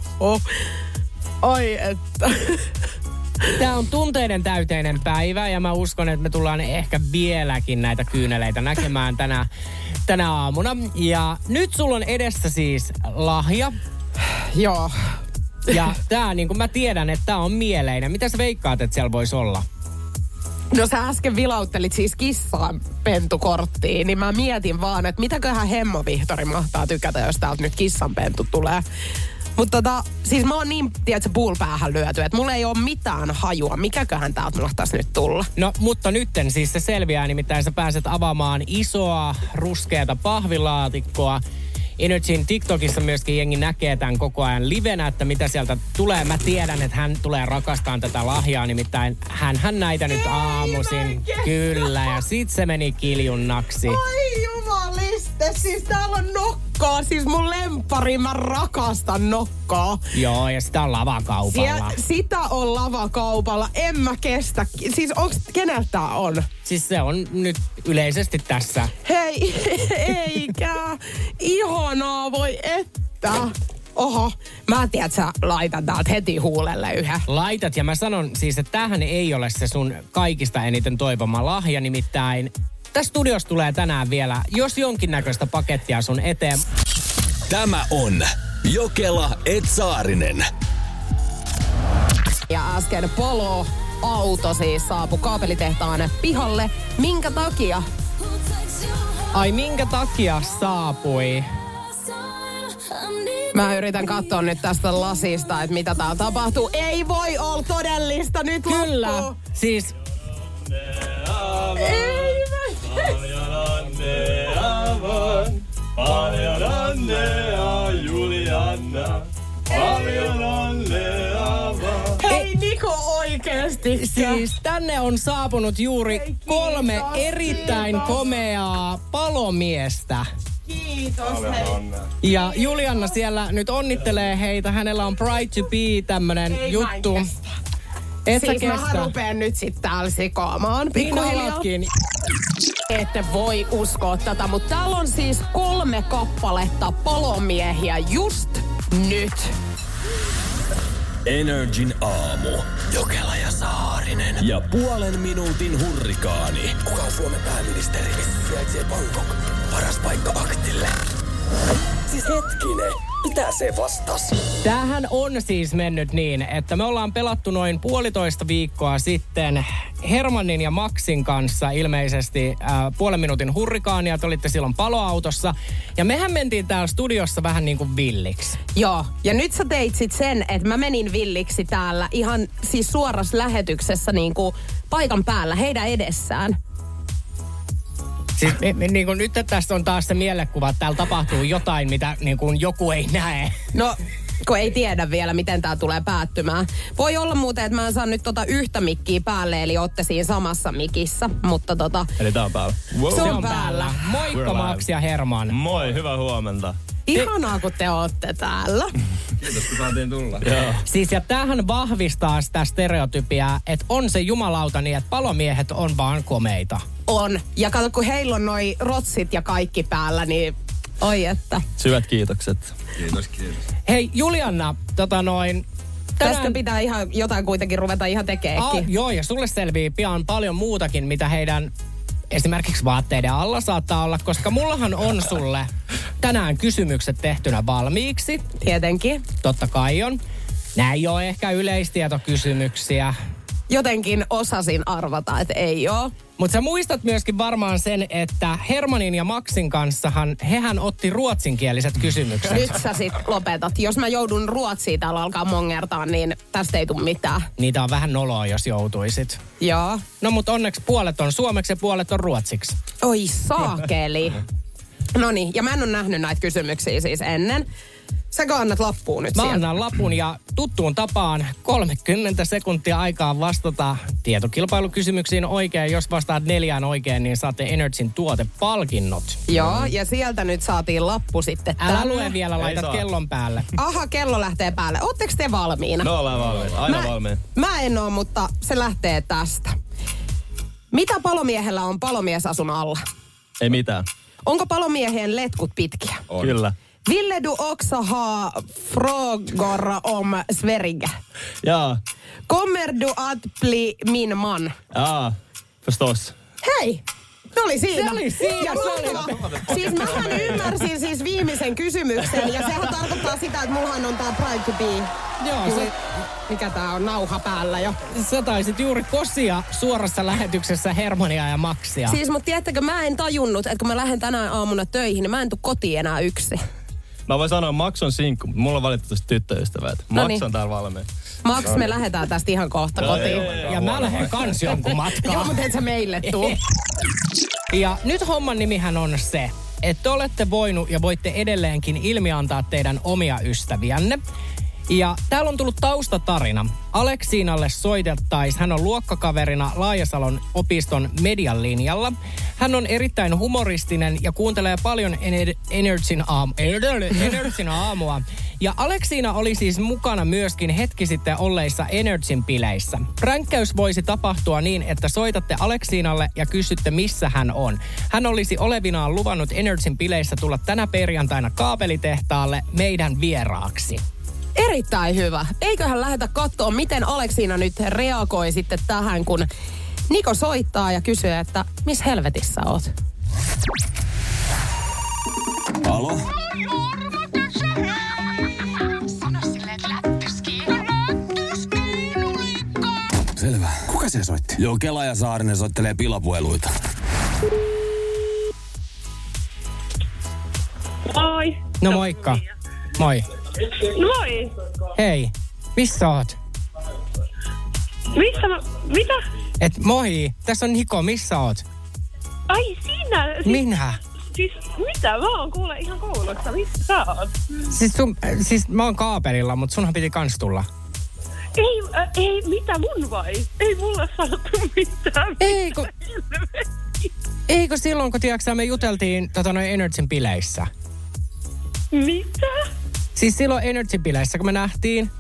Ai että. Tää on tunteiden täyteinen päivä ja mä uskon, että me tullaan ehkä vieläkin näitä kyyneleitä näkemään tänä aamuna. Ja nyt sulla on edessä siis lahja. Joo. Ja tää niin kuin mä tiedän, että tää on mieleinen. Mitä sä veikkaat, että siellä voisi olla? No sä äsken vilauttelit siis kissaan pentukorttiin, niin mä mietin vaan, että mitäköhän Hemmo Vihtori mahtaa tykätä, jos täältä nyt kissanpentu tulee. Mutta siis mä oon niin, tiedätkö, puulpäähän lyöty, että mulla ei ole mitään hajua. Mikäköhän täältä mahtaisi nyt tulla? No, mutta nytten siis se selviää, nimittäin sä pääset avaamaan isoa, ruskeata pahvilaatikkoa. Energyn TikTokissa myöskin jengi näkee tämän koko ajan livenä, että mitä sieltä tulee. Mä tiedän, että hän tulee rakastamaan tätä lahjaa, nimittäin hän näitä nyt aamuisin. Kyllä, ja sit se meni kiljunnaksi. Oi jumaliste Siis täällä on nokkaa, siis mun lemppari, mä rakastan nokkaa. Joo, ja sitä on lavakaupalla. Sitä on lavakaupalla, en mä kestä. Siis keneltä tää on? Siis se on nyt yleisesti tässä. Hei, eikä. Ihanaa, voi että. Oho, mä tiedän, että sä laitan täältä heti huulelle yhä. Laitat, ja mä sanon siis, että tämähän ei ole se sun kaikista eniten toivoma lahja, nimittäin tässä studiossa tulee tänään vielä, jos jonkinnäköistä pakettia sun eteen. Tämä on Jokela et Saarinen. Ja äsken Polo-auto siis saapui kaapelitehtaan pihalle. Minkä takia? Ai minkä takia saapui? Mä yritän katsoa nyt tästä lasista, että mitä täällä tapahtuu. Ei voi olla todellista nyt. Kyllä, loppu. siis... Ei Paljon onnea, Juliana. Paljon onnea vaan. Hei Niko, oikeesti. Siis tänne on saapunut juuri 3 erittäin komeaa palomiestä. Kiitos. Ja Juliana siellä nyt onnittelee heitä. Hänellä on Pride to Be tämmönen juttu. Et sä Siis mähän kestä. rupeen nyt sit täällä sekoamaan Niin pikkuhiljaa. alatkin. Ette voi uskoa tätä, mutta täällä on siis 3 kappaletta palomiehiä just nyt. Energin aamu. Jokela ja Saarinen. Ja puolen minuutin hurrikaani. Kuka on Suomen pääministeri? Missä sijaitsee Bangkok? Paras paikka aktille. Siis hetkinen. Mitä se vastas? Tämähän on siis mennyt niin, että me ollaan pelattu noin 1,5 viikkoa sitten Hermannin ja Maxin kanssa ilmeisesti puolen minuutin hurrikaania. Te olitte silloin paloautossa. Ja mehän mentiin täällä studiossa vähän niin kuin villiksi. Joo, ja nyt sä teit sit sen, että mä menin villiksi täällä ihan siis suorassa lähetyksessä niin kuin paikan päällä heidän edessään. Siis niin kuin nyt tästä on taas se mielekuva, että täällä tapahtuu jotain, mitä niin kuin joku ei näe. No, kun ei tiedä vielä, miten tää tulee päättymään. Voi olla muuten, että mä en saa nyt yhtä mikkiä päälle, eli ootte siinä samassa mikissä, mutta Eli tää on päällä. Wow. se on päällä. Moikka Max ja Herman. Moi, hyvää huomenta. Ihanaa, kun te ootte täällä. Kiitos, kun saatiin tulla. Joo. Siis ja tämähän vahvistaa sitä stereotypiaa, että on se jumalauta niin, että palomiehet on vaan komeita. On. Ja kato, kun heillä on noi rotsit ja kaikki päällä, niin oi että. Syvät kiitokset. Kiitos. Hei Juliana, Tästä pitää ihan jotain kuitenkin ruveta ihan tekeekin. Joo, ja sulle selvii pian paljon muutakin, mitä heidän esimerkiksi vaatteiden alla saattaa olla, koska mullahan on sulle tänään kysymykset tehtynä valmiiksi. Tietenkin. Totta kai on. Nämä ei ole ehkä yleistietokysymyksiä. Jotenkin osasin arvata, että ei oo. Mutta sä muistat myöskin varmaan sen, että Hermanin ja Maxin kanssahan hehän otti ruotsinkieliset kysymykset. Nyt sä sit lopetat. Jos mä joudun ruotsiin täällä alkaa mongertaa, niin tästä ei tule mitään. Niitä on vähän noloa, jos joutuisit. Joo. No mut onneksi puolet on suomeksi ja puolet on ruotsiksi. Oi saakeli. Noniin, ja mä en ole nähnyt näitä kysymyksiä siis ennen. Säkö annat lappuun nyt Mä sieltä? annan lapun ja tuttuun tapaan 30 sekuntia aikaa vastata tietokilpailukysymyksiin oikein. Jos vastaat 4 oikein, niin saatte Energyn tuotepalkinnot. Joo, ja sieltä nyt saatiin lappu sitten Älä tänne. lue vielä, laitat saa. kellon päälle. Aha, kello lähtee päälle. Ootteko te valmiina? No ollaan valmiita. Aina valmiin. Mä en oo, mutta se lähtee tästä. Mitä palomiehellä on palomiesasun alla? Ei mitään. Onko palomiehien letkut pitkiä? On. Kyllä. Ville du också ha frågor om Sverige? Jaa. Kommer du att bli min man? Jaa. Förstås. Hei! Se oli siinä. Se oli siinä, Ja se oli. mahtavaa. Siis mähän ymmärsin siis viimeisen kysymyksen ja sehän tarkoittaa sitä, että mullahan on tää Pride to Be. Joo, Mikä tää on, nauha päällä jo. sä taisit juuri kosia suorassa lähetyksessä Hermania ja Maxia. Siis mut tiedättekö, mä en tajunnut, että kun mä lähden tänään aamuna töihin, niin mä en tuu kotiin enää yksin. Mä voin sanoa, Max on sinkku, mutta mulla on valitettavasti tyttöystävät. Max on täällä valmiin. Max, me lähdetään tästä ihan kohta kotiin. Ja mä lähden kans jonkun matkaa. Joo, mutta et sä meille tuu. Ja nyt homman nimihän on se, että olette voinut ja voitte edelleenkin ilmiantaa teidän omia ystäviänne. Ja täällä on tullut taustatarina. Aleksiinalle soitettaisiin. Hän on luokkakaverina Laajasalon opiston median linjalla. Hän on erittäin humoristinen ja kuuntelee paljon Energyn aamua. Ja Aleksiina oli siis mukana myöskin hetki sitten olleissa Energyn bileissä. Pränkkäys voisi tapahtua niin, että soitatte Aleksiinalle ja kysytte, missä hän on. Hän olisi olevinaan luvannut Energyn bileissä tulla tänä perjantaina kaapelitehtaalle meidän vieraaksi. Erittäin hyvä. Eiköhän lähdetä katsoa, miten Aleksiina nyt reagoi sitten tähän, kun Niko soittaa ja kysyy, että missä helvetissä oot? Alo? Selvä. Kuka se soitti? Joo, Kela ja Saarinen soittelee pilapueluita. Moi. No moikka. Moi. Moi. Hei, missä oot? Mitä? Et moi, tässä on Niko, missä oot? Ai sinä? Minä? Siis mitä? Mä oon kuule ihan koulussa. Missä sä oot? Siis mä oon kaapelilla, mutta sunhan piti kans tulla. Ei, mitä mun vai? Ei mulle sanottu mitään. Eikö silloin, kun tiiäksä, me juteltiin Energyn bileissä? Mitä? Siis silloin Energyn bileissä, kun me nähtiin.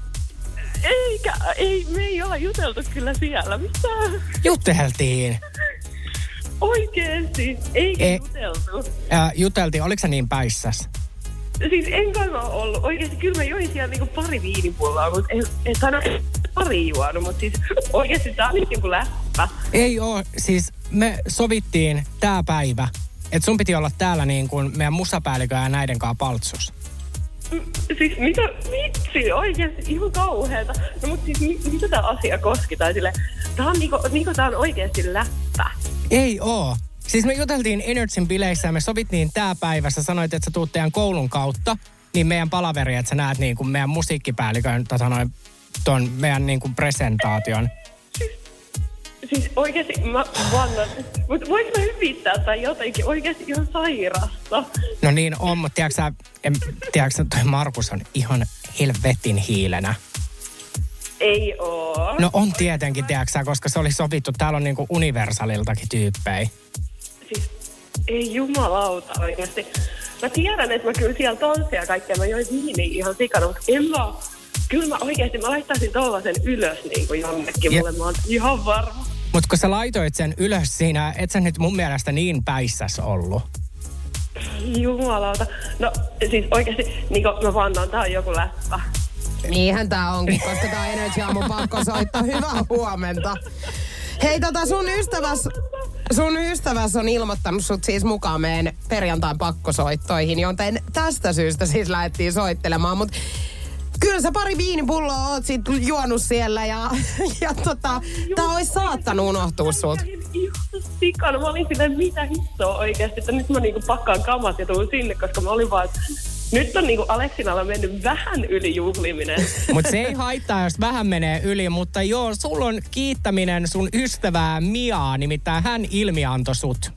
Me ei olla juteltu kyllä siellä. Mitä? Juteltiin. Oikeesti? Eikä juteltu? Juteltiin, oliko sä niin päissäs? Siis en kai mä ollut. Oikeesti kyllä mä join siellä niinku pari viinipulloa, mutta en pari juonut, mutta siis oikeesti tää oli niinku läppä. Ei oo, siis me sovittiin tää päivä, että sun piti olla täällä niin kuin meidän musapäällikö ja näiden kanssa paltsus. Siis mitä vitsi, oikeesti ihan kauheeta. No mut siis mitä tää asia koski? Tai silleen, tää on niinku tää on oikeesti läppä. Ei oo. Siis me juteltiin Energyn bileissä ja me sovittiin tää päivä. Sä sanoit, että sä tuut teidän koulun kautta, niin meidän palaveri, että sä näet niin kuin meidän musiikkipäällikön ton meidän niin kuin presentaation. Siis oikeesti mä vannan, mutta voinko mä hyvittää tai jotenkin oikeesti ihan sairasta? No niin on, mutta tiedätkö toi Markus on ihan helvetin hiilenä. Ei oo. No on tietenkin, tiedätkö, koska se oli sovittu. Täällä on niinku Universaliltakin tyyppejä. Siis ei jumalauta oikeesti. Mä tiedän, että mä kyllä siellä tanssia ja kaikkea. Mä join viiniä ihan sikana, mutta kyllä mä oikeesti mä laittaisin tollasen ylös niinku jonnekin. Mulle mä oon ihan varma. Mut kun sä laitoit sen ylös siinä, et sä nyt mun mielestä niin päissäs ollut. Jumalauta. No siis oikeesti, niin mä vannan, tää on joku läppä. Niinhän tää onkin, koska tää on Energy aamu pakko soittaa. Hyvää huomenta. Hei sun ystäväs on ilmoittanut sut siis mukaan meidän perjantain pakkosoittoihin, joten tästä syystä siis lähdettiin soittelemaan, mut kyllä sä pari viinipulloa oot sit juonut siellä ja tää ois saattanut unohtua sut. Ihan sikana. Mä olin silleen, mitä hissoa oikeesti, että nyt mä niinku pakkaan kamat ja tuun sinne, koska mä olin vaan, että nyt on niinku Aleksinalla mennyt vähän yli juhliminen. Mut se ei haittaa, jos vähän menee yli, mutta joo, sulla on kiittäminen sun ystävää Miaa, nimittäin hän ilmiantoi sut.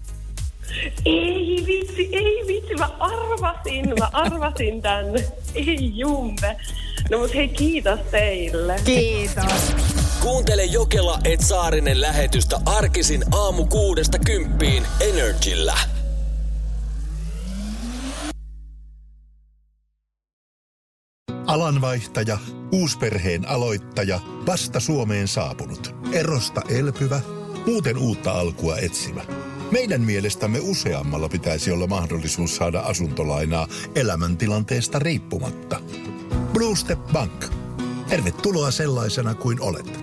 Ei vitsi, mä arvasin tän. Ei jumpe. No mut hei, kiitos teille. Kiitos. Kuuntele Jokela et Saarinen lähetystä arkisin aamu 6–10 Energyllä. Alanvaihtaja, uusperheen aloittaja, vasta Suomeen saapunut, erosta elpyvä, muuten uutta alkua etsimä. Meidän mielestämme useammalla pitäisi olla mahdollisuus saada asuntolainaa elämäntilanteesta riippumatta. Blue Step Bank. Tervetuloa sellaisena kuin olet.